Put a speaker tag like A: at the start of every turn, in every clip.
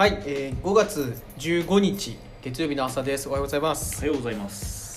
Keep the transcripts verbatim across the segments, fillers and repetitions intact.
A: はい、えー、ごがつじゅうごにち月曜日の朝です。おはようございます。
B: おはようございます。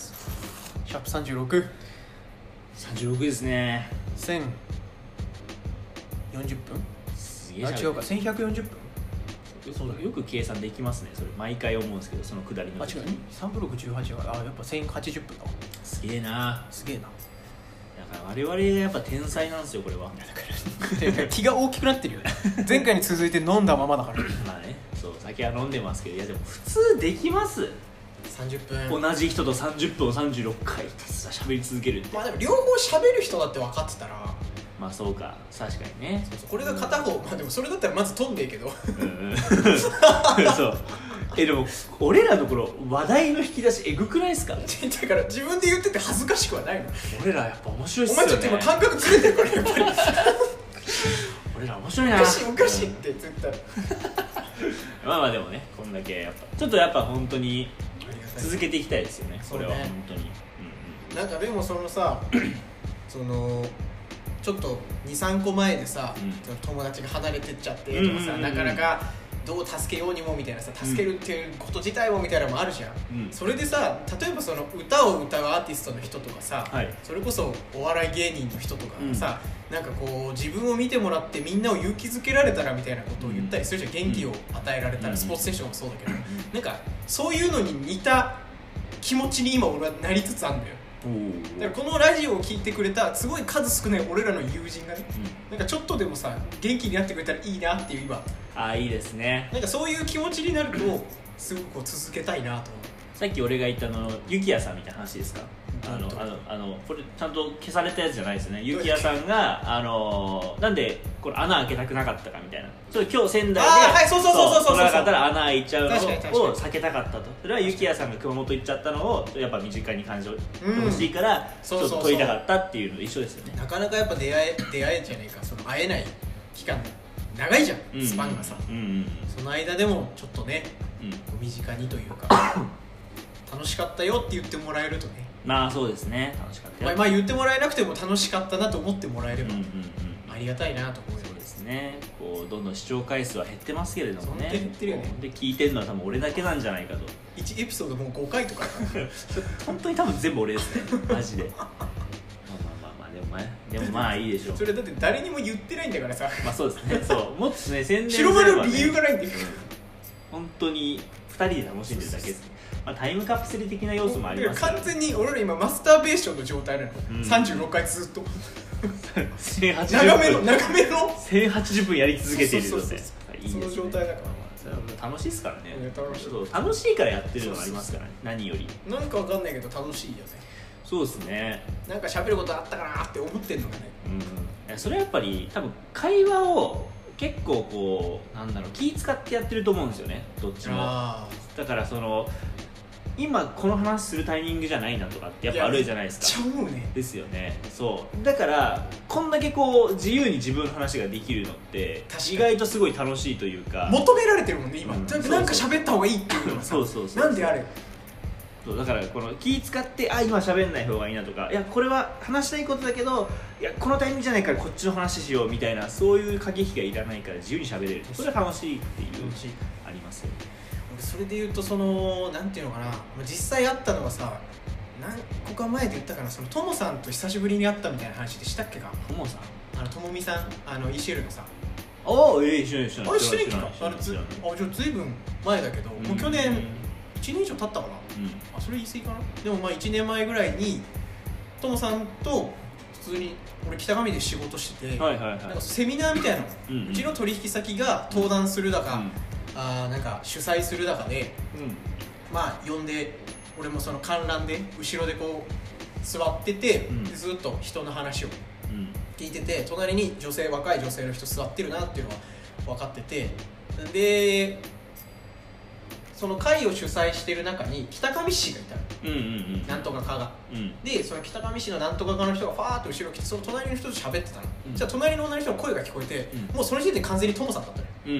A: シャープさんじゅうろく
B: さんじゅうろくですね。
A: せんよんじゅっぷん
B: すげえ。
A: あ、違うか、せんひゃくよんじゅっぷん。
B: そうだ、よく計算できますね。それ毎回思うんですけど、その下りの
A: あ、違う、さんぶろくじゅうはちはあ、やっぱせんはちじゅっぷんだわ。
B: すげえな。
A: すげえな。
B: だから我々がやっぱ天才なんですよ、これは。
A: だから気が大きくなってるよね。前回に続いて飲んだままだから。
B: まあね、そう、酒は飲んでますけど、いやでも普通できます。
A: さんじゅっぷん
B: 同じ人とさんじゅっぷんをさんじゅうろっかい喋り続けるって。
A: まあでも両方喋る人だって分かってたら、
B: まあそうか、確かにね。
A: そうそう、これが片方、まあでもそれだったらまず飛んでいいけど、
B: うんそうえでも俺らのこの話題の引き出しえぐくないですか？
A: だから自分で言ってて恥ずかしくはないの。
B: 俺らやっぱ面白いっすよね。
A: お前ちょっと今感覚ずれてるからやっぱり
B: 俺ら面白いな。
A: おかしいおかしいって絶対
B: まあまあでもね、こんだけやっぱちょっとやっぱ本当に続けていきたいですよね。これは本当に、
A: うんうん、なんかでもそのさそのちょっと にさんこまえでさ、うん、友達が離れてっちゃってとかさ、なかなかどう助けようにもみたいなさ、助けるっていうこと自体もみたいなのもあるじゃん、うん、それでさ、例えばその歌を歌うアーティストの人とかさ、はい、それこそお笑い芸人の人とかがさ、うん、なんかこう自分を見てもらってみんなを勇気づけられたらみたいなことを言ったりするじゃん、元気を与えられたら、スポーツ選手もそうだけど、なんかそういうのに似た気持ちに今俺はなりつつあるんだよ。だからこのラジオを聞いてくれたすごい数少ない俺らの友人がね、うん、なんかちょっとでもさ元気になってくれたらいいなっていう今、
B: ああいいですね。
A: なんかそういう気持ちになるとすごくこう続けたいなと思う。
B: さっき俺が言ったのゆきやさんみたいな話ですか？あのあのあのこれちゃんと消されたやつじゃないですよね。ゆきやさんがあのなんでこれ穴開けたくなかったかみたいな、ちょっと今日仙台で
A: あーはいそうそうそうそうそうそう
B: なかったら穴開いちゃうのを避けたかったと。それはゆきやさんが熊本行っちゃったのをやっぱ身近に感じてほしいから、うん、ちょっと問いたかったっていうのと一緒ですよね。
A: なかなかやっぱ出会え出会えじゃねえか、その会えない期間長いじゃん、スパンがさ、うんうんうん、その間でもちょっとね、うん、身近にというか楽しかったよって言ってもらえるとね、
B: まあそうですね、楽しかったよ、
A: まあ、まあ言ってもらえなくても楽しかったなと思ってもらえれば、うんうんうん、ありがたいなと思うよ。
B: そうですね、こうどんどん視聴回数は減ってますけれどもね、
A: 減ってるよね。
B: で聞いてるのは多分俺だけなんじゃないかと。
A: いちエピソードもうごかいとか
B: 本当に多分全部俺ですねマジでまあまあまあまあでもまあでもまあいいでしょう。
A: それだって誰にも言ってないんだからさ。
B: まあそうですね、そうもっとね宣伝す
A: れば、ね、広まる理由がないんだよ、
B: うん、本当にふたりで楽しんでるだけですね。まあ、タイムカプセル的な要素もありますから、ね、
A: 完全に俺ら今マスターベーションの状態なの、うん、さんじゅうろっかいずっと
B: せんはちじゅっぷん
A: 長めの長めの
B: せんはちじゅっぷんやり続けているので、
A: その状態だから、
B: それは楽しいですからね、
A: 楽しい、
B: そう楽しいからやってるのがありますからね。何より
A: なんかわかんないけど楽しいよね。
B: そうですね、
A: なんか喋ることあったかなって思ってんのがね、
B: うん、それはやっぱり多分会話を結構こうなんだろう気使ってやってると思うんですよね、どっちも。だからその今この話するタイミングじゃないなとかってやっぱあるじゃないですか。
A: めっちゃ思うね。
B: ですよね。そうだからこんだけこう自由に自分の話ができるのって意外とすごい楽しいというか、
A: 求められてるもんね今、うん、なんか喋った方がいいっていうのがさ、
B: そうそうそう、
A: なんであれ
B: そうだからこの気使ってあ今喋んない方がいいなとか、いやこれは話したいことだけどいやこのタイミングじゃないからこっちの話しようみたいな、そういう駆け引きがいらないから自由に喋れる、それは楽しいっていうありますよね。
A: それで言うとそのなんていうのかな、実際会ったのはさ、何個か前で言ったかな、そのともさんと久しぶりに会ったみたいな話でしたっけか。
B: ともさん、
A: あのともみさん、あのイシェルのさ、
B: ああええ一緒に一緒に
A: あれしてないっけか、あれずあじゃあずいぶん前だけど、もう去年いちねん以上経ったかな、うん、あそれ言い過ぎかな。でもまあいちねんまえぐらいにともさんと普通に俺北上で仕事してて、はいはいはい、なんかセミナーみたいなの、うんうん、うちの取引先が登壇するだか、うん、あなんか主催するだかで、うん、まあ呼んで俺もその観覧で後ろでこう座ってて、うん、でずっと人の話を聞いてて、隣に女性若い女性の人座ってるなっていうのは分かってて、でその会を主催してる中に北上市がいたの、うんうんうん、なんとか課が、うん、でその北上市のなんとか課の人がファーッと後ろ来てその隣の人と喋ってたの、うん、じゃあ隣の女の人の声が聞こえて、うん、もうその時点で完全にトモさんだったのよ、うんうんうん、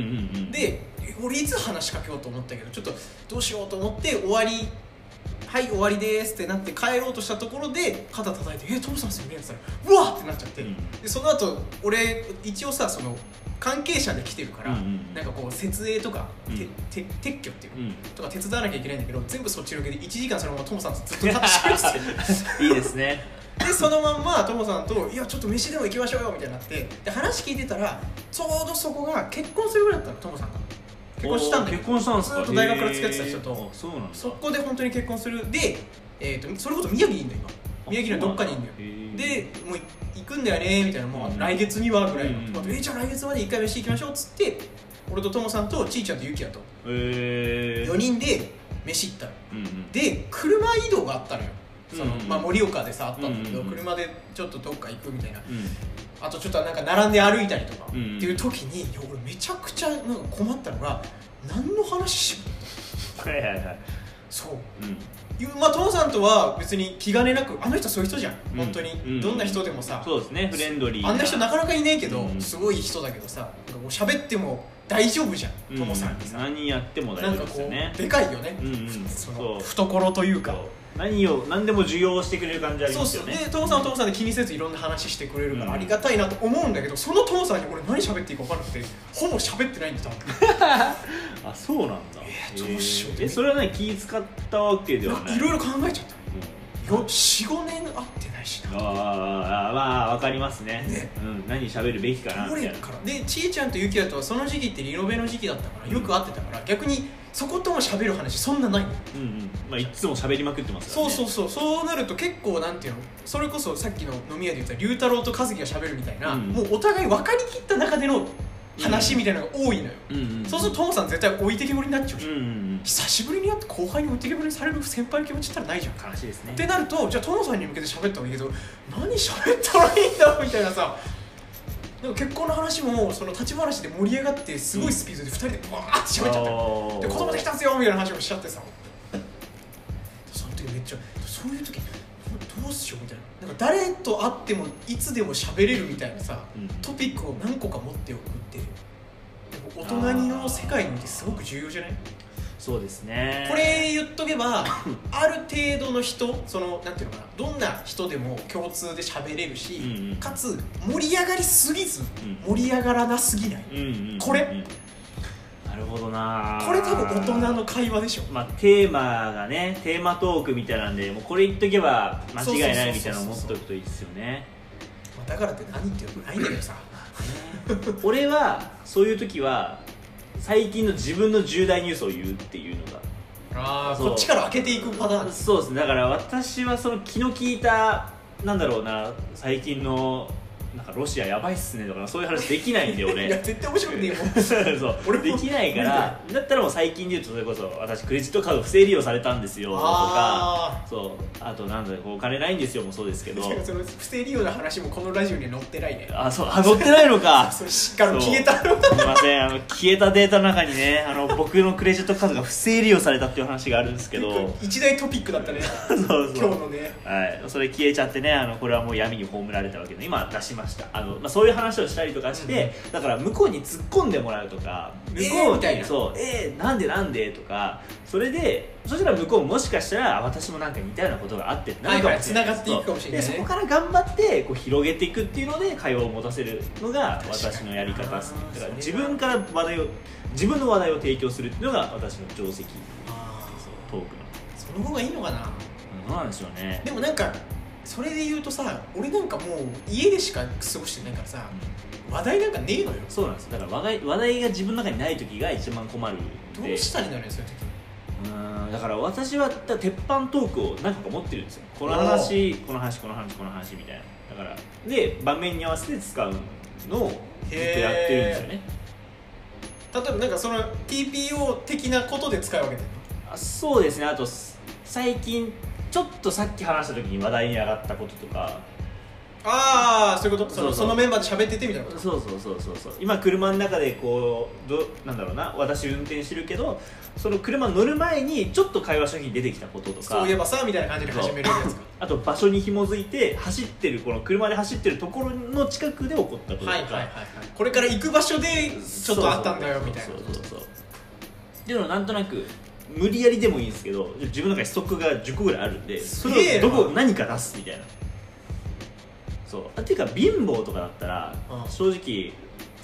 A: で俺いつ話しかけようと思ったけどちょっとどうしようと思って終わりはい終わりですってなって帰ろうとしたところで肩叩いて「えトモさんですよね」って言ったら「うわっ!」ってなっちゃって、うん、でその後俺一応さその関係者で来てるから、
B: うんうん、
A: なんかこう設営とか、
B: うん、
A: てて撤去っていう、
B: うん、
A: とか手伝わなきゃいけないんだけど、全部そっちのけでいちじかんそのままトモさんとずっと立ってしゃべって
B: いいですね。
A: でそのまんまトモさんと「いやちょっと飯でも行きましょうよ」みたいになって、で話聞いてたらちょうどそこが結婚するぐらいだったの、トモさんが結婚したんだけど、
B: 結婚したんですか。
A: ずっと大学から付き合ってた人と、
B: そうなんだ。
A: そこで本当に結婚するで、えー、とそれこそ宮城にいるんだよ今、宮城のどっかにいるんだよ。でもう行くんだよねみたいな、もう来月にはぐらいの、うんうん、えー、じゃあ来月までいっかい飯行きましょうっつって、俺とトモさんとちーちゃんとゆきやと、えー、よにんで飯行ったの、うんうん、で車移動があったのよ、その、うんうん、まあ、盛岡でさあったんだけど、うんうん、車でちょっとどっか行くみたいな、うん、あとちょっとなんか並んで歩いたりとか、うんうん、っていう時に、いや俺めちゃくちゃなんか困ったのが、何の話しようはいはいはい、そう、うん、まあトモさんとは別に気兼ねなく、あの人そういう人じゃん、うん、本当に、うん、どんな人でもさ、
B: そうですね、フレンドリー、
A: あんな人なかなかいないけど、うん、すごい人だけどさ、なんかこう喋っても大丈夫じゃん、トモさんってさ、
B: 何やっても大丈夫ですよね。
A: なんかこうでかいよね、うんうん、その懐というか、
B: 何を何でも受容してくれる感じありますよね。
A: そうそう、でトモさんはトモさんで気にせずいろんな話してくれるからありがたいなと思うんだけど、そのトモさんに俺何喋っていいか分からなくて、ほぼ喋ってないんだ
B: あ、そうなんだ。
A: えー、どうしよう、
B: えー、それは何、気使ったわけではない、
A: いろいろ考えちゃった、うん、よん、ごねん会ってないしな。
B: ああ、まあ分かりますね、ね、うん、何喋るべきかなみたいな。
A: でちーちゃんとゆきやとはその時期ってリノベの時期だったからよく会ってたから、うん、逆にそことも喋る話そんなないの、
B: うんうん、まあ、いつも喋りまくってますからね。
A: そうそうそう、そうなると結構なんていうの、それこそさっきの飲み屋で言った龍太郎と和樹が喋るみたいな、うん、もうお互い分かりきった中での話みたいなのが多いのよ、うんうんうん、そうするとトモさん絶対置いてけぼりになっちゃうじゃん、うんうん、久しぶりに会って後輩に置いてけぼりにされる先輩の気持ちったらないじゃん。
B: 悲しいですね。
A: ってなると、じゃあトモさんに向けて喋った方がいいけど、何喋ったらいいんだみたいなさ、でも結婚の話もその立ち話で盛り上がってすごいスピードでふたりでバーって喋っちゃったよ、で子供できたんすよみたいな話をしちゃってさ、その時めっちゃ、そういう時どうしようみたいな、なんか誰と会ってもいつでも喋れるみたいなさ、うん、トピックを何個か持っておくって大人の世界においてすごく重要じゃない？
B: そうですね。こ
A: れ言っとけばある程度の人、そのなんていうのかな、どんな人でも共通で喋れるし、うんうん、かつ盛り上がりすぎず、うん、盛り上がらなすぎない、うんうんうんうん、これ
B: なるほどな。こ
A: れ多分大人の会話でしょ。
B: まあテーマがね、テーマトークみたいなんで、もうこれ言っとけば間違いないみたいなのを持っとくといいですよね。
A: だからって何っていうのないんだけどさ
B: 俺はそういう時は最近の自分の重大ニュースを言うっていうのが、
A: ああ、こっちから開けていくパターン。
B: そうですね。だから私はその気の利いた、なんだろうな、最近のなんかロシアやばいっすねとかそういう話できないんで俺
A: いや絶対面白くねえもん
B: そう俺できないから、だったらもう最近で言うとそれこそ私クレジットカード不正利用されたんですよとか、そうあとなんだお金ないんですよもそうですけど
A: その不正利用の話もこのラジオに載ってないね。
B: あ、そうあ載ってないのか
A: それしっかり消えた
B: すみません、あの消えたデータの中にね、あの僕のクレジットカードが不正利用されたっていう話があるんですけど
A: 一大トピックだったね
B: そうそう
A: 今日のね、
B: はい、それ消えちゃってね、あのこれはもう闇に葬られたわけで今出しました。あの、まあ、そういう話をしたりとかして、うん、だから向こうに突っ込んでもらうとか、向こうに、
A: えー、みたいな、
B: そうえー、なんでなんでとか、それでそしたら向こうももしかしたら私もなんか似たようなことがあってってなるかもしれない、
A: はいはい、繋がっていくかもしれない、ね、
B: でそこから頑張ってこう広げていくっていうので会話を持たせるのが私のやり方です。だから自分から話題を自分の話題を提供するっていうのが私の定石、あトークの
A: その方がいいのかな。
B: どうなんでしょうね。
A: でもなんかそれで言うとさ、俺なんかもう家でしか過ごしてないからさ、うん、話題なんかねえのよ。
B: そうなんです。だから話題、話題が自分の中にない時が一番困る。
A: どうしたらいいんだろうね、そういう時。
B: うん、だから私は鉄板トークを何個か持ってるんですよ。この話この話この話この話みたいな。だからで場面に合わせて使うのをずっとやってるんですよね。
A: 例えばなんかその ティーピーオー 的なことで使い分けてるの？
B: あ、そうですね。あと最近ちょっとさっき話した時に話題に上がったこととか。
A: ああ、そういうこと。その、そのメンバーで喋っててみたいなこと。
B: そうそうそうそうそう。今車の中でこうどなんだろうな、私運転してるけど、その車乗る前にちょっと会話した時に出てきたこととか、
A: そういえばさみたいな感じで始めるやつか。
B: あと場所に紐づいて走ってるこの車で走ってるところの近くで起こったこととか、はいはいはいはい、
A: これから行く場所でちょっとあったんだよみたいな。
B: そうそうそうそう。っていうのをなんとなく無理やりでもいいんですけど、自分の中にストックがじゅっこぐらいあるんで、それをどこ何か出すみたいな。そうっていうか貧乏とかだったら、うん、正直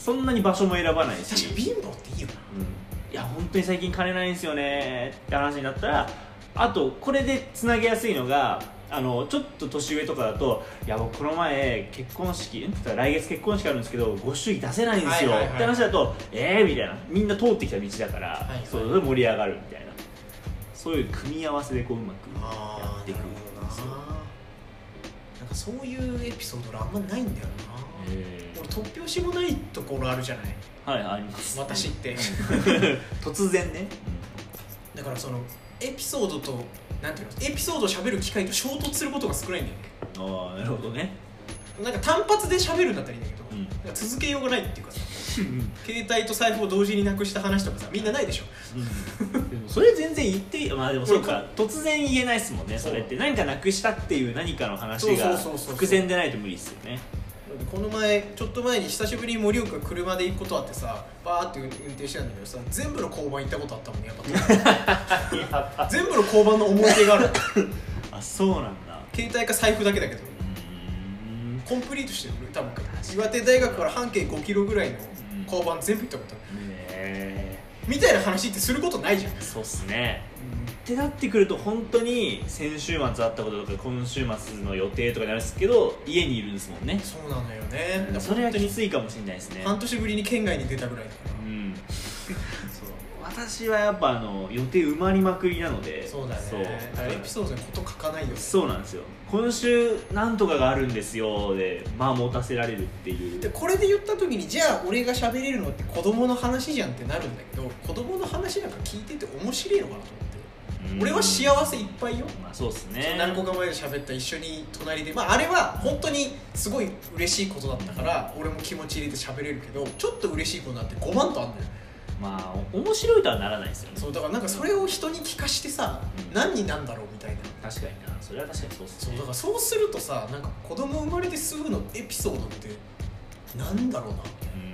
B: そんなに場所も選ばないし、
A: 確かに貧乏っていいよな、
B: うん、いや本当に最近金ないんですよねって話になったら、あとこれでつなげやすいのが、あのちょっと年上とかだと、いや僕この前結婚式来月結婚式あるんですけどご祝儀出せないんですよ、はいはいはい、って話だとえーみたいな、みんな通ってきた道だから、はいはい、それで盛り上がるみたいな、そういう組み合わせでこううまくやっていくんですよ。
A: なんかそういうエピソード俺あんまないんだよな。俺突拍子もないところあるじゃない。
B: はい、あります。
A: 私って
B: 突然ね、
A: うん、だからそのエピソードとなんていうの、エピソードを喋る機会と衝突することが少ないんだよね。
B: ああ、なるほどね。
A: なんか単発で喋るんだったらいいんだけど、うん、なんか続けようがないっていうかさ携帯と財布を同時になくした話とかさ、みんなないでしょ、
B: うん、でもそれ全然言っていい。まあでもそうか、突然言えないですもんね。それって何かなくしたっていう何かの話が伏線でないと無理ですよね。
A: この前ちょっと前に久しぶりに盛岡車で行くことあってさ、バーって運転してたんだけどさ、全部の交番行ったことあったもんね、やっぱ全部の交番の思い出がある
B: あ、そうなんだ。
A: 携帯か財布だけだけどコンプリートしてる。多分岩手大学から半径ごキロぐらいの交番全部行ったことある、ね、みたいな話ってすることないじゃん。
B: そうっすね、うん、ってなってくると本当に先週末あったこととか今週末の予定とかになるんですけど、家にいるんですもんね。
A: そうなのよね、
B: うん、それはきついかもしれないですね。
A: 半年ぶりに県外に出たぐらいだから、うん、
B: そう私はやっぱあの予定埋まりまくりなので。
A: そうだね、そうエピソードにこと書かないよね。
B: そうなんですよ。今週なんとかがあるんですよでまあ持たせられるっていう。
A: でこれで言った時に、じゃあ俺が喋れるのって子供の話じゃんってなるんだけど、子供の話なんか聞いてて面白いのかなと思って。俺は幸せいっぱいよ。
B: まあそうっすね。
A: 何個か前で喋った一緒に隣で、まああれは本当にすごい嬉しいことだったから俺も気持ち入れて喋れるけど、ちょっと嬉しいことなんてごまんとあんだよ。
B: まあ面白いとはならないですよね。
A: そうだからなんかそれを人に聞かしてさ、うん、何になんだろうみたいな。
B: 確かにな、それは確かにそうっすね。
A: そうだからそうするとさ、なんか子供生まれてすぐのエピソードってなんだろうなみたいな。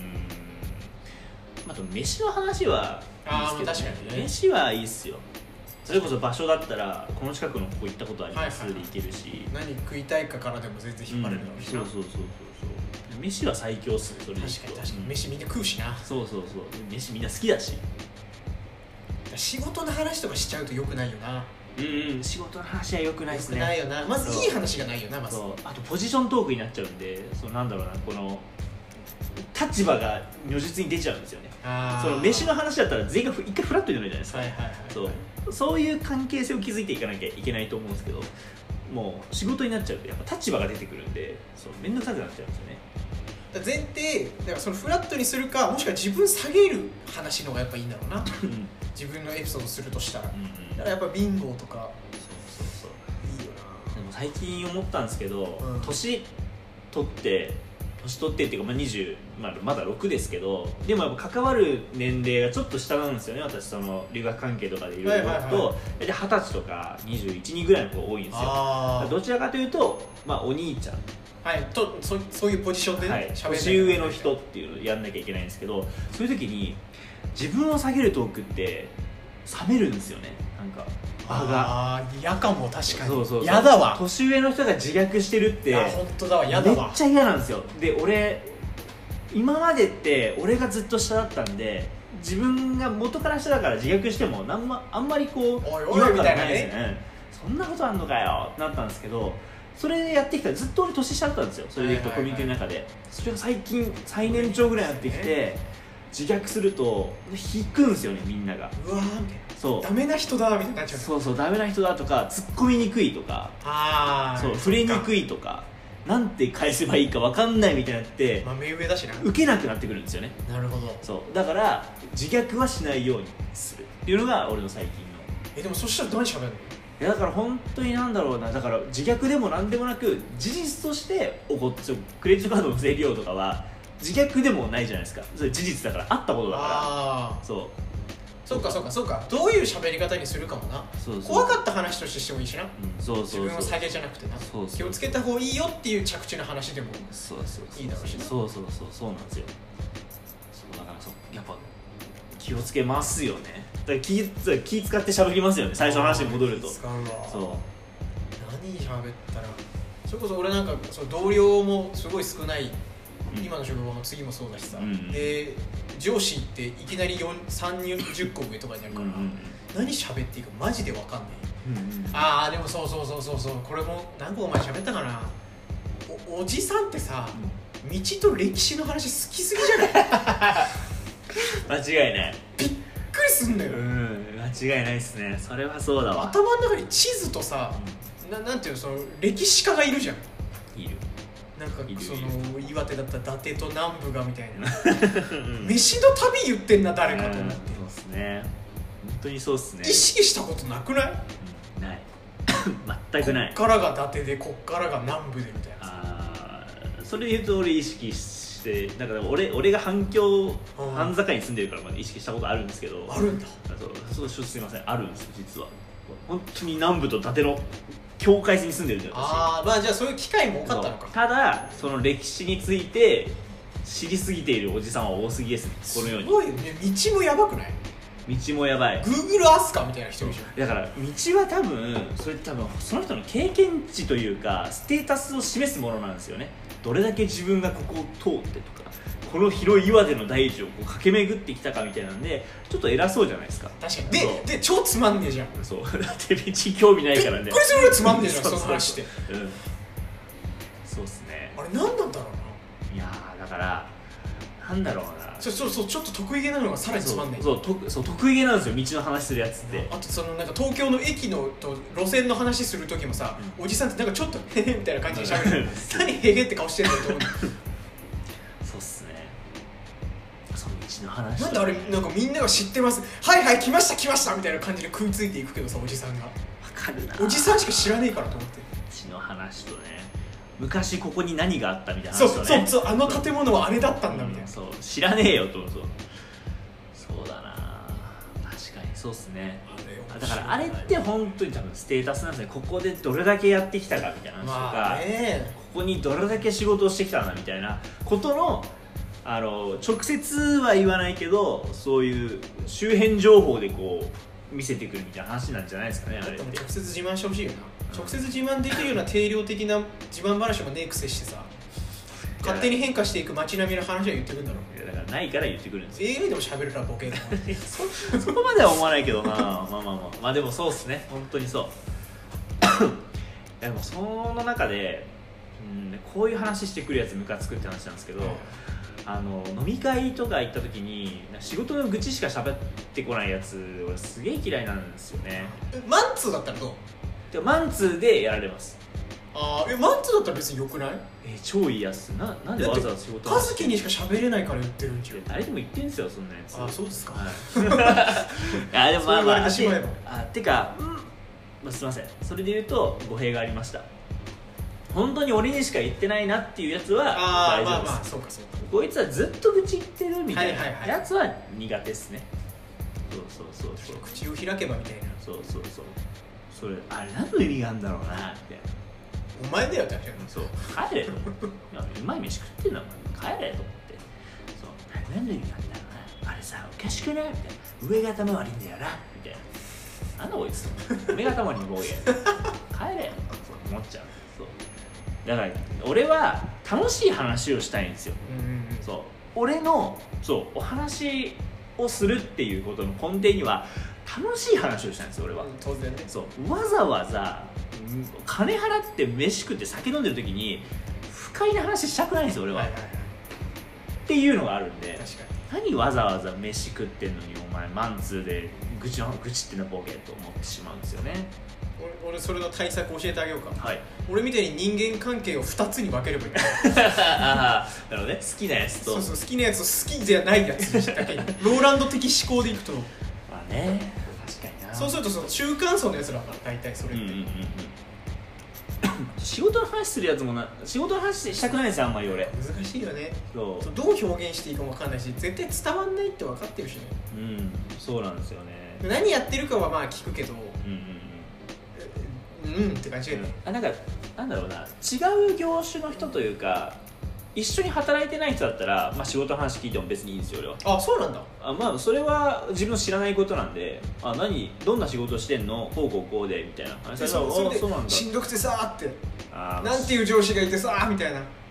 B: あと飯の話はいいですけど、ね、
A: 確かにね、飯
B: はいいっすよ。それこそ場所だったらこの近くのここ行ったことあります、はいはい、で行けるし、
A: 何食いたいかからでも全然引っ張れるだろうしな、
B: うん、そうそうそうそうそう。飯は最強っすね。それで
A: 確かに確かに、うん、飯みんな食うしな。
B: そうそうそう、飯みんな好きだし。
A: 仕事の話とかしちゃうと良くないよな。
B: うんうん、仕事の話は良くないですね。
A: 良くないよな。まずいい話がないよな。まず
B: あとポジショントークになっちゃうんで、そうなんだろうな、この立場が如実に出ちゃうんですよね。その飯の話だったら全員が一回フラットになるじゃないですか、はいはいはいはい、そうそういう関係性を築いていかなきゃいけないと思うんですけど、もう仕事になっちゃうとやっぱ立場が出てくるんで、そう面倒くさくなっちゃうんですよね。
A: だ前提だからそのフラットにするか、もしくは自分下げる話の方がやっぱいいんだろうな自分のエピソードするとしたら、うんうん、だからやっぱ貧乏とか
B: そうそうそう
A: いいよな。
B: でも最近思ったんですけど、
A: うん、
B: 年取って年取ってっていうか、まあ、にじゅう、まあ、まだろくですけど、でもやっぱ関わる年齢がちょっと下なんですよね。私その留学関係とかでいろいろ行くと大体はたちとかにじゅういち、にぐらいの子が多いんですよ。どちらかというと、まあ、お兄ちゃん、
A: はい、と そ, そういうポジションでね、はい、
B: 年上の人っていうのをやんなきゃいけないんですけど、そういう時に自分を下げるトークって冷めるんですよね。なんか場が
A: あー嫌かも。確かに
B: そうそうそう、
A: 嫌だわ。
B: 年上の人が自虐してるって
A: 本当だわ、嫌だわ。
B: めっちゃ嫌なんですよ。で俺今までって俺がずっと下だったんで、自分が元から下だから自虐してもなんまあんまりこう
A: 違和感ないですね、
B: ね、そんなことあんのかよってなったんですけど、それでやってきたらずっと俺年下だったんですよ。それでいくとコミュニティの中で、それが最近最年長ぐらいになってきて自虐すると引くんですよね、みんなが。
A: うわーみたいな、
B: そう
A: ダメな人だみたいになっちゃう。
B: そうそう、ダメな人だとか突っ込みにくいとか、
A: あ
B: そう触れにくいとか、なんて返せばいいか分かんないみたいになって、
A: まあ目上だしな、
B: 受けなくなってくるんですよね。
A: なるほど。
B: そうだから自虐はしないようにするっていうのが俺の最近の。
A: えでもそしたら何しゃべるの？
B: いやだから本当になんだろうな、だから自虐でもなんでもなく事実として起こってクレジットカードの不正利用とかは自虐でもないじゃないですか。それ事実だから、あったことだから。
A: あ
B: そう
A: そうかそうかそうか、どういう喋り方にするかもな。
B: そうそう、
A: 怖かった話としてしてもいいしな、うん、
B: そうそうそう、
A: 自分を下げじゃなくてな、
B: そうそうそう、
A: 気をつけた方がいいよっていう着地の話でも
B: そうそうそう、
A: いいだろうしな。
B: そうそうそう、そうなんですよ。そうだからそうやっぱ気をつけますよね。だから 気, 気使って喋りますよね、最初の話に戻ると。
A: 使うわ。
B: そう
A: 何喋ったら、それこそ俺なんかその同僚もすごい少ないうん、今の職場の次もそうだしさ、
B: うん、
A: で上司っていきなりさんじゅっこ上とかになるから、うん、何喋っていいかマジで分かんない、うんうん、ああでもそうそうそうそうそうこれも何個お前喋ったかな お, おじさんってさ、うん、道と歴史の話好きすぎじゃない
B: 間違いない
A: びっくりすんだよ、
B: うん、間違いないですねそれはそうだわ
A: 頭の中に地図とさ、うん、な, なんていうのその歴史家がいるじゃん
B: いる
A: なんかその岩手だったら伊達と南部がみたいな飯の旅言ってんな誰かと思って、うん、そう
B: っすね本当にそうっすね
A: 意識したことなくない、
B: うん、ない全くない
A: こっからが伊達でこっからが南部でみたいな
B: あそれで言うと俺意識してだから俺俺が反響半坂に住んでるから意識したことあるんですけど
A: あるんだ
B: そうそうすいませんあるんですよ実は本当に南部と伊達の境界線に住んでるんだよ
A: ああまあじゃあそういう機会も多かったのか
B: ただその歴史について知りすぎているおじさんは多すぎですねこのように
A: すごいよね道もやばくない
B: 道もやばい
A: Google アスカみたいな人いるじゃ
B: んだから道は多分それ多分その人の経験値というかステータスを示すものなんですよねどれだけ自分がここを通ってとかこの広い岩手の大地をこう駆け巡ってきたかみたいなんでちょっと偉そうじゃないですか
A: 確かにでで超つまんねえじゃん
B: そうだって道興味ないからね
A: これそれつまんねえじゃんその話って
B: うんそうっすね
A: あれ何なんだろうない
B: やーだからなんだろうな
A: そうそうそうちょっと得意げなのがさらにつまんない
B: そうそうとそう得意げなんですよ道の話するやつって
A: あとそのなんか東京の駅のと路線の話する時もさ、うん、おじさんってなんかちょっとへへみたいな感じでしゃべる何へへって顔してんだよと思う
B: そうっすねその道の話
A: なんであれなんかみんなが知ってますはいはい来ました来ましたみたいな感じで食いついていくけどさおじさんが
B: 分かるな
A: おじさんしか知らねえからと思って
B: 道の話とね昔ここに何があったみたいな話とね
A: そうそうそうあの建物はあれだったんだみたいな、うん、
B: そう知らねえよとそうそうだな確かにそうっすねだからあれって本当に多分ステータスなんですねここでどれだけやってきたかみたいな話とか、まあね、ここにどれだけ仕事をしてきたんだみたいなことのあの直接は言わないけどそういう周辺情報でこう見せてくるみたいな話なんじゃないですかねあれって
A: 直接自慢してほしいよな直接自慢できるような定量的な自慢話もねえくせしてさ勝手に変化していく街並みの話は言ってくるんだろう
B: いやだからないから言ってくるんですよ
A: エーアイ でも喋るからボケだ
B: そ, そこまでは思わないけどなまあまあまあまあでもそうっすね本当にそうでもその中で、うん、こういう話してくるやつムカつくって話なんですけど、うんあの飲み会とか行った時に仕事の愚痴しか喋ってこないやつ俺すげえ嫌いなんですよね
A: マンツーだったらどう
B: でマンツーでやられます
A: あーえマンツーだったら別によくない
B: え超いいやつ な, なんでわざわざ仕事
A: 和樹にしか喋れないから言ってるんじゃん
B: 誰でも言ってんすよそんなやつ
A: あそうですか、はい、
B: あでもまあまあ
A: そう言われてしまえ
B: ばあてか、うんまあ、すいませんそれで言うと語弊がありました本当に俺にしか言ってないなっていうやつは大丈夫です。あーまあまあそうかそうかこいつはずっと愚痴言ってるみたいなやつは苦手ですね、はいはいはい、そうそうそうそう
A: 口を開けばみたいな
B: そうそうそうそれあれ何の意味があるんだろうなって
A: お前だよって話
B: そう帰れと思ってうまい飯食ってんだお前帰れと思ってそう何の意味があるんだろうなあれさおかしくないみたいな上が頭悪いんだよなみたいななんだこいつ上が頭にボーイ帰れそう思っちゃうそうだから俺は楽しい話をしたいんですよ、うんうんうん、そう俺のそうお話をするっていうことの根底には楽しい話をしたいんですよ俺は、うん、
A: 当然ね
B: そうわざわざ金払って飯食って酒飲んでる時に不快な話したくないんですよ俺は、はいはいはい、っていうのがあるんで確かに何わざわざ飯食ってんのにお前マンツーで愚痴の愚痴ってのボケと思ってしまうんですよね
A: 俺, 俺それの対策教えてあげようか、
B: はい、
A: 俺みたいに人間関係をふたつに分ければいい
B: ああなるほどね好きなやつと
A: そうそう好きなやつと好きじゃないやつだけにローランド的思考でいくとま
B: あね確かにな
A: そうするとその中間層のやつらから大体それって、うんうんうんうん、
B: 仕事の話するやつもな仕事の話したくないんですよあんまり俺
A: 難しいよね
B: そう
A: そうどう表現していいかも分かんないし絶対伝わんないって分かってるしね
B: うんそうなんですよね
A: 何やってるかはまあ聞くけど
B: うんうん
A: うんって感じがね、
B: うん、あなんかなんだろうな違う業種の人というか一緒に働いてない人だったら、まあ、仕事の話聞いても別にいいんですよ俺は
A: あそうなんだ
B: あまあそれは自分の知らないことなんであ何どんな仕事してんのこうこうこうでみたいな話
A: でそそれでしんどくてさーってあなんていう上司がいてさーみたいな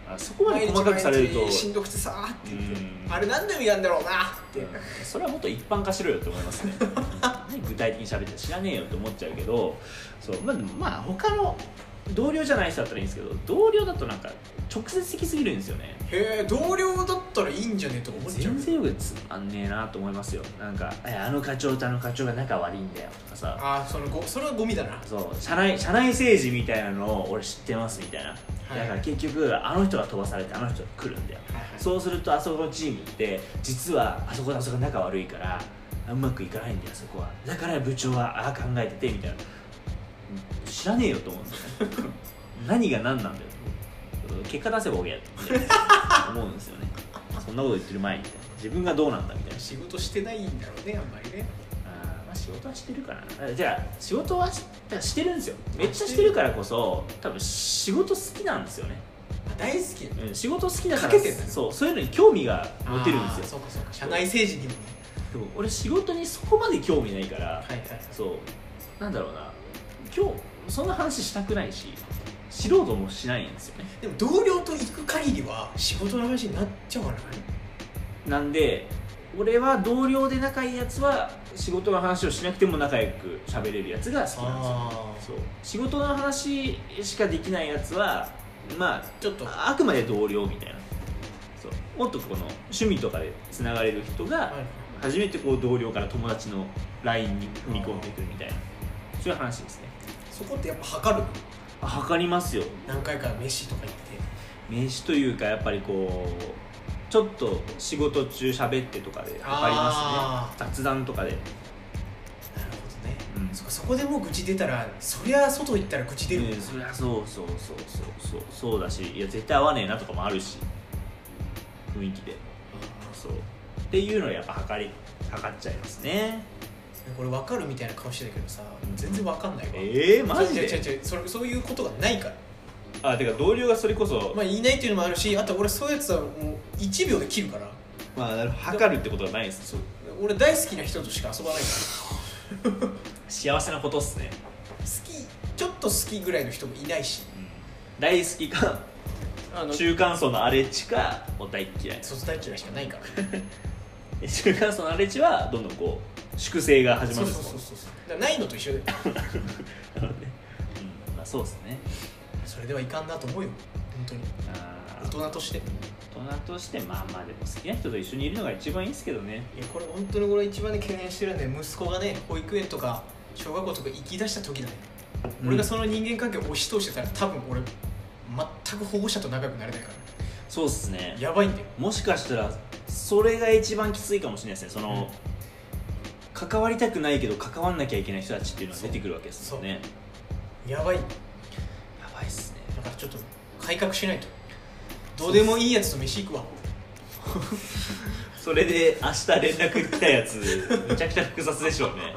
B: あそこまで細かくされると
A: しんどくてさーって言ってあれ何でもやんだろうなって、うん、
B: それはもっと一般化しろよって思いますね具体的に喋って知らねえよって思っちゃうけどそうまあ、まあ、他の同僚じゃない人だったらいいんですけど同僚だとなんか直接的すぎるんですよね。
A: へえ同僚だったらいいんじゃねえと思っちゃう。
B: 全然よくつまんねえなと思いますよ。なんかあの課長とあの課長が仲悪いんだよとかさ
A: あそのごそれはゴミだな。
B: そう社内社内政治みたいなのを俺知ってますみたいな、はい、だから結局あの人が飛ばされてあの人が来るんだよ、はいはい、そうするとあそこのチームって実はあそことあそこ仲悪いからうまくいかないんだよそこは。だから部長はああ考えててみたいな知らねえよと思うんですよね何が何なんだよ結果出せば OK やって思うんですよねそんなこと言ってる前に自分がどうなんだみたいな。
A: 仕事してないんだろうねあんまりね。
B: あ、まあ、仕事はしてるかな。じゃあ仕事は し, してるんですよ。めっちゃしてるからこそ多分仕事好きなんですよね。
A: 大好き、
B: うん、仕事好きだから
A: かけてんだ、ね、
B: そうそういうのに興味が持てるんですよ。
A: そうかそうか社内政治にもね。
B: でも俺仕事にそこまで興味ないから、はいはいはい、そうなんだろうな今日そんな話したくないし知ろうともしないんですよね。
A: でも同僚と行く限りは仕事の話になっちゃわない。
B: なんで俺は同僚で仲いいやつは仕事の話をしなくても仲良く喋れるやつが好きなんですよ。そう仕事の話しかできないやつはまあちょっとあくまで同僚みたいな。そうもっとこの趣味とかでつながれる人が初めてこう同僚から友達の ライン に踏み込んでくるみたいなそういう話ですね。
A: そこってやっぱ測るの？
B: 測りますよ。
A: 何回か飯とか行って
B: 飯というかやっぱりこうちょっと仕事中喋ってとかで測りますね。雑談とかで。なる
A: ほどね、うん、そ, そこでもう愚痴出たらそりゃ外行ったら愚痴出るもん、
B: ね、そりゃそうそうそうそうそうそうだしいや絶対合わねえなとかもあるし雰囲気でそうっていうのをやっぱ測り測っちゃいますね。
A: これ分かるみたいな顔してたけどさ全然分かんないわ。
B: えー、マジで
A: 違う違う違うそれそういうことがないから。
B: あてか同僚がそれこそ
A: まあいないっていうのもあるしあと俺そういうやつはもういちびょうで切るから
B: まあ測るってことはないです。
A: そう俺大好きな人としか遊ばないから
B: 幸せなことっすね。
A: 好きちょっと好きぐらいの人もいないし、
B: うん、大好きかあの中間層の荒れ地かお大嫌い
A: そう大嫌いしかないから
B: 中間層の荒れ地はどんどんこう粛清が始まる。
A: そうそうそうそうだからないのと一緒でなるほどね、
B: うんまあ、そうですね。
A: それではいかんなと思うよ本当に。あ大人として
B: 大人としてまあまあでも好きな人と一緒にいるのが一番いいですけどね。
A: いやこれ本当に俺一番ね懸念してるんで息子がね保育園とか小学校とか行き出した時だね、うん、俺がその人間関係を押し通してたら多分俺全く保護者と仲良くなれないから。
B: そうっすね。
A: やばいんだよ。
B: もしかしたらそれが一番きついかもしれないですね。その、うん、関わりたくないけど関わんなきゃいけない人たちっていうのが出てくるわけですよね。
A: やばいや
B: ばいっすね。
A: だからちょっと改革しないと。どうでもいいやつと飯行くわ
B: それで明日連絡来たやつめちゃくちゃ複雑でしょうね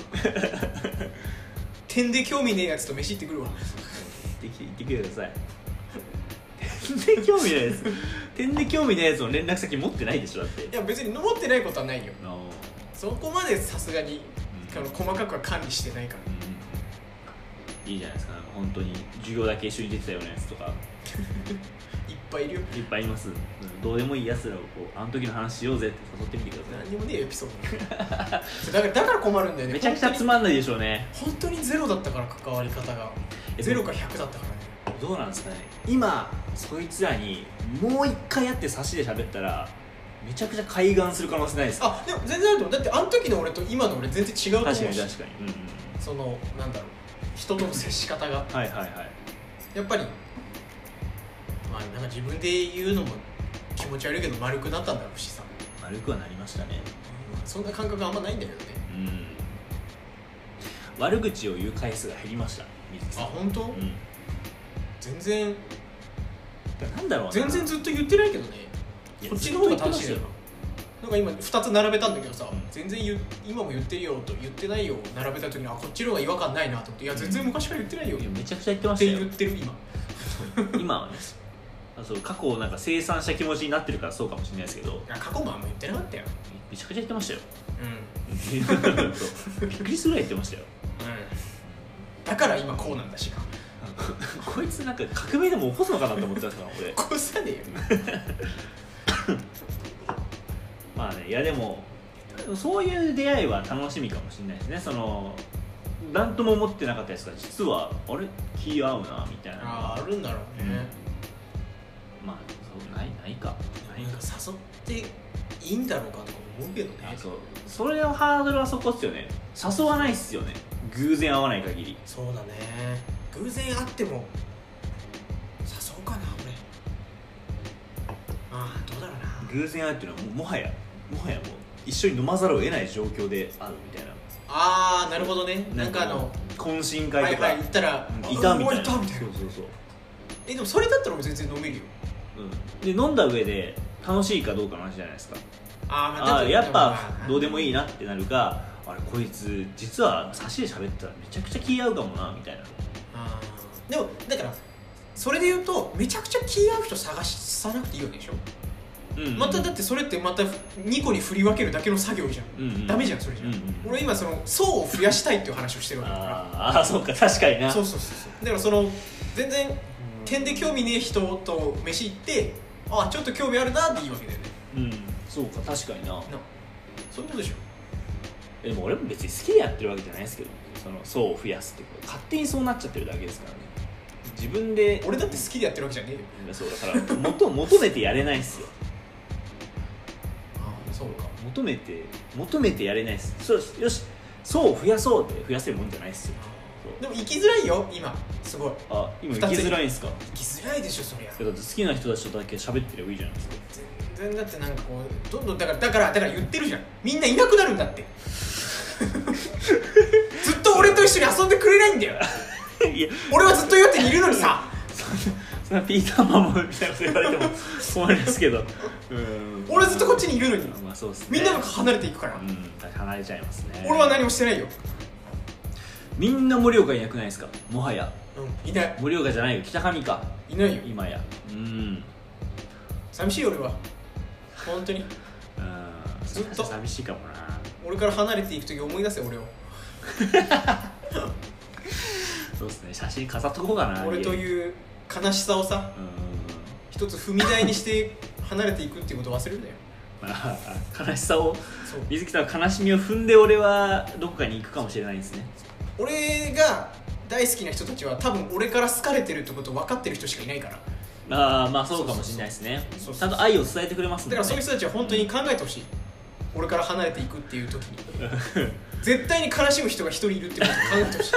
A: 点で興味ねえやつと飯行ってくるわ。
B: 行ってきてください点で興味ないです点で興味ないやつの連絡先持ってないでしょだって。
A: いや別に持ってないことはないよ。そこまでさすがに、うん、細かくは管理してないから、
B: うん、いいじゃないですか。本当に授業だけ一緒に出てたようなやつとか
A: いっぱいいるよ。
B: いっぱいいます。どうでもいいやつらをこうあの時の話しようぜって誘ってみてください。
A: 何にもねえエピソードだからだから困るんだよね。
B: めちゃくちゃつまんないでしょうね。
A: 本当にゼロだったから関わり方がゼロかひゃくだったからね。
B: どうなんですかね。今そいつらにもう一回やって差しで喋ったらめちゃくちゃ開眼する可能性ないですか。
A: あでも全然あると思う。だってあの時の俺と今の俺全然違うと思うし。
B: 確かに確かに、うんうん、
A: そのなんだろう人との接し方が
B: はいはいはい
A: やっぱりまあなんか自分で言うのも気持ち悪いけど丸くなったんだろうしさ。
B: 丸くはなりましたね、
A: うん、そんな感覚あんまないんだけどね、
B: うん、悪口を言う回数が減りました水木さん。
A: あ本当、うん、全然
B: なんだろうな
A: 全然ずっと言ってないけどね。こっちの方が楽しいよ。なんか今ふたつ並べたんだけどさ、うん、全然言今も言ってるよと言ってないよ並べた時にあこっちの方が違和感ないなと思っていや全然昔から言ってないよ、
B: うん、いやめちゃくちゃ言ってましたよ
A: って言ってる今
B: 今はねあそう過去をなんか清算した気持ちになってるからそうかもしれないですけど
A: 過去もあんま言ってなかったよ。
B: めちゃくちゃ言ってましたよ。
A: うん
B: びっくりするぐらい言ってましたよ、
A: うん、だから今こうなんだしな。
B: こいつなんか革命でも起こすのかなと思ってたんですから俺。
A: 起こさねえよ
B: まあね、いやでもそういう出会いは楽しみかもしれないですね。その何とも思ってなかったですが実はあれ気合うなみたいなのが
A: あ, あるんだろうね、
B: うん、まあそうないないかないか
A: 誘っていいんだろうかとか思うけどね。
B: そうそれのハードルはそこっすよね。誘わないっすよね偶然会わない限り。
A: そうだね、偶然会っても誘おうかな俺。ああどうだろうな。
B: 偶然会うっていうのはもうもはやもはやもう一緒に飲まざるを得ない状況で会うみたいな。
A: ああなるほどね。なんかあの
B: 懇親会とか、
A: はいはい、行ったら
B: いたみたいな。
A: そうそうそう。えでもそれだったら俺全然飲めるよ、
B: うん、で飲んだ上で楽しいかどうかの話じゃないですか。
A: あ、まあ、
B: あやっぱどうでもいいなってなるか、あれこいつ実は差しで喋ったらめちゃくちゃ気合うかもなみたいな。
A: あでもだからそれで言うとめちゃくちゃ気合う人探さなくていいわけでしょ、うんうん、まただってそれってまたにこに振り分けるだけの作業じゃん、うんうん、ダメじゃんそれじゃん、うんうん、俺今その層を増やしたいっていう話をしてるわけだから。
B: ああそうか確かにな。
A: そうそうそうそう。だからその全然点で興味ねえ人と飯行ってあちょっと興味あるなっていいわけだよね。
B: うんそうか確かにな。な
A: そういうことでしょ。
B: でも俺も別に好きでやってるわけじゃないですけど、その層を増やすってこと勝手にそうなっちゃってるだけですからね。自分で
A: 俺だって好きでやってるわけじゃねえよ。
B: そうだから求求めてやれないっすよ。
A: ああそうか。
B: 求めて求めてやれないっす。そうよし層を増やそうって増やせるもんじゃないっすよ。
A: でも生きづらいよ今すごい。
B: あ今生きづらいんすか。
A: 生きづらいでしょそりゃ。
B: だって好きな人たちとだけ喋ってればいいじゃないですか。
A: 全然だってなんかこうどんどんだからだからだから言ってるじゃん。みんないなくなるんだってずっと俺と一緒に遊んでくれないんだよいや俺はずっと岩手にいるのにさ
B: そんなピーターマンみたいなこと言われても困りますけどうん
A: 俺はずっとこっちにいるのに、
B: まあそうっすね、
A: みんなが離れていくから、
B: うん、離れちゃいますね。
A: 俺は何もしてないよ。
B: みんな盛岡いなくないですかもはや。
A: うんいない。
B: 盛岡じゃないよ北上か。
A: いないよ
B: 今や。うん
A: 寂しいよ俺は本当に。うんずっと
B: 寂しいかもな。
A: 俺から離れていく時思い出せ俺を
B: そうっすね写真飾っとこうかな。
A: 俺という悲しさをさ、うん一つ踏み台にして離れていくっていうことを忘れるなよ
B: 悲しさを水木さんは悲しみを踏んで俺はどこかに行くかもしれないんですね。
A: 俺が大好きな人たちは多分俺から好かれてるってことを分かってる人しかいないから。
B: ああまあそうかもしれないですね。ちゃんと愛を伝えてくれますもんね。
A: だからそういう人たちは本当に考えてほしい、うん、俺から離れていくっていう時に絶対に悲しむ人が一人いるってことを考えてほしい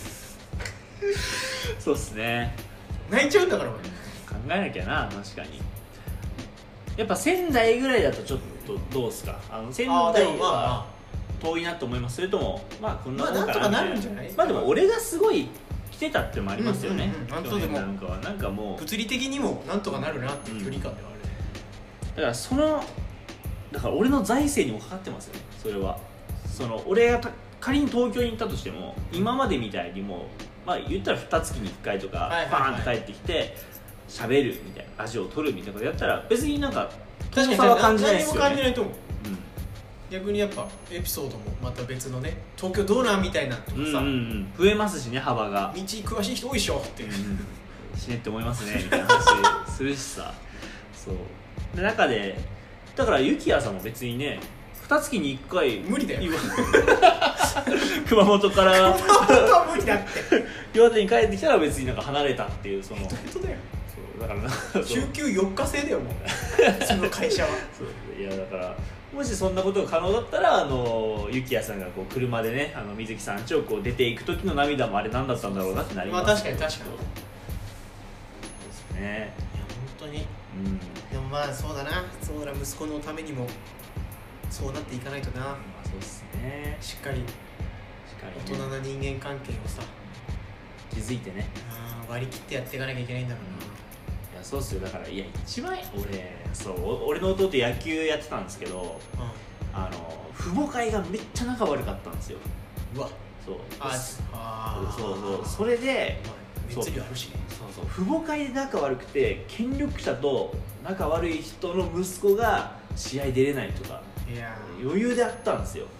B: そうっすね。
A: 泣いちゃうんだから俺。
B: 考えなきゃな確かに。やっぱ仙台ぐらいだとちょっとどうすか。あの仙台は遠いなと思います。それともまあこんなもんかなみたいな。
A: まあなんとかなるんじゃない。
B: まあでも俺がすごい来てたってのもありますよね。
A: なんとでも
B: なんかはなんかもう
A: 物理的にもなんとかなるなっていう距離感ではあるね、
B: うん、だからそのだから俺の財政にもかかってますよねそれは。その俺が仮に東京に行ったとしても今までみたいにもまあ言ったらふたつきにいっかいとかバーンって帰ってきて喋るみたいなラジオを撮るみたいなことやったら別になんか
A: 遠
B: さは感じないですよね。
A: 何も感じないと思う、うん、逆にやっぱエピソードもまた別のね東京どうなんみたいなとかさ、うんうんうん、
B: 増えますしね幅が。道
A: 詳しい人多いっしょって、うん、
B: 死ねって思いますねみたいな話するしさそうで中でだからゆきやさんも別にね二月にいっかい
A: 無理だよ
B: 熊本から
A: 熊本は無理だって
B: 岩手に帰ってきたら別になんか離れたっていうその
A: 本当だよ。
B: そうだから
A: 週休よっか制だよもうその会社は
B: そういやだからもしそんなことが可能だったらあのゆきやさんがこう車でねあの水木さん家をこう出ていく時の涙もあれ何だったんだろうなってなります。
A: まあ確かに確かにそう
B: ですね。いや
A: 本当に、うん、でもまあそうだなそうだ息子のためにもそうなっていかないとな、まあ、
B: そうですね
A: しっかりしっかり、ね、大人な人間関係をさ
B: 気づいてね
A: あ割り切ってやっていかなきゃいけないんだろうな、うん、い
B: やそうっすよ。だからいや一番俺そう俺の弟野球やってたんですけど、うん、あの父母会がめっちゃ仲悪かったんですよ。
A: うわ
B: そう
A: ああ
B: そうそうそれで、
A: まあ、熱量あるしね。
B: そうそう父母会で仲悪くて権力者と仲悪い人の息子が試合出れないとか
A: いや
B: 余裕であったんですよ。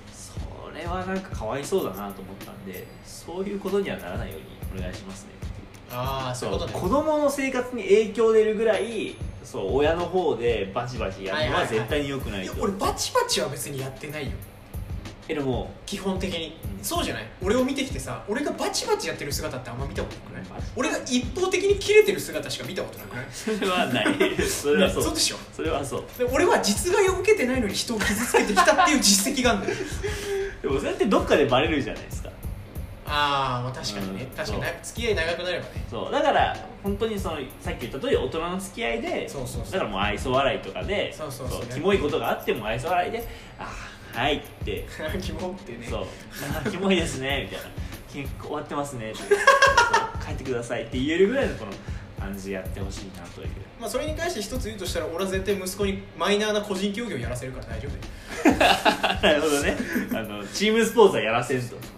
B: それはなんかかわいそうだなと思ったんでそういうことにはならないようにお願いしますね。
A: ああそういうことね。
B: 子供の生活に影響出るぐらいそう親の方でバチバチやるのは絶対に良くないと、
A: いや俺バチバチは別にやってないよ
B: えでも
A: 基本的に、
B: うん、
A: そうじゃない。俺を見てきてさ、俺がバチバチやってる姿ってあんま見たことなくない？
B: バチ
A: 俺が一方的にキレてる姿しか見たことなくない？
B: それはないそれはそう、
A: ね、そうでしょ。
B: それはそう
A: で俺は実害を受けてないのに人を傷つけてきたっていう実績があるんだよ
B: でもそれってどっかでバレるじゃないですか。
A: あー、まあ確かにね、
B: うん、
A: 確かに付き合い長くなればね。
B: そうだから本当にそのさっき言った通り大人の付き合いで、
A: そうそうそう、
B: だからもう愛想笑いとかで、
A: そうそうそう、
B: キモいことがあっても愛想笑いであーはいって
A: キモってね、
B: そうあーキモいですねみたいな結構終わってますねってそう帰ってくださいって言えるぐらいのこの感じでやってほしいなという。
A: まあそれに関して一つ言うとしたら、俺は絶対息子にマイナーな個人競技をやらせるから大丈夫だよ
B: なるほどねあのチームスポーツはやらせんと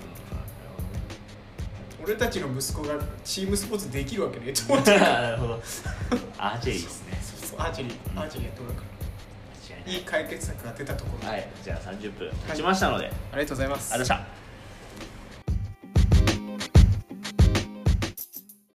A: 俺たちの息子がチームスポーツできるわけねえと思って
B: なるほどアーチェリーですね。
A: そうそうアーチェリー、アーチェリーやっておるからいい解決策が出たところで、
B: はい、じゃあさんじゅっぷん経ちましたので、
A: ありがとうございます。
B: ありがとうございました。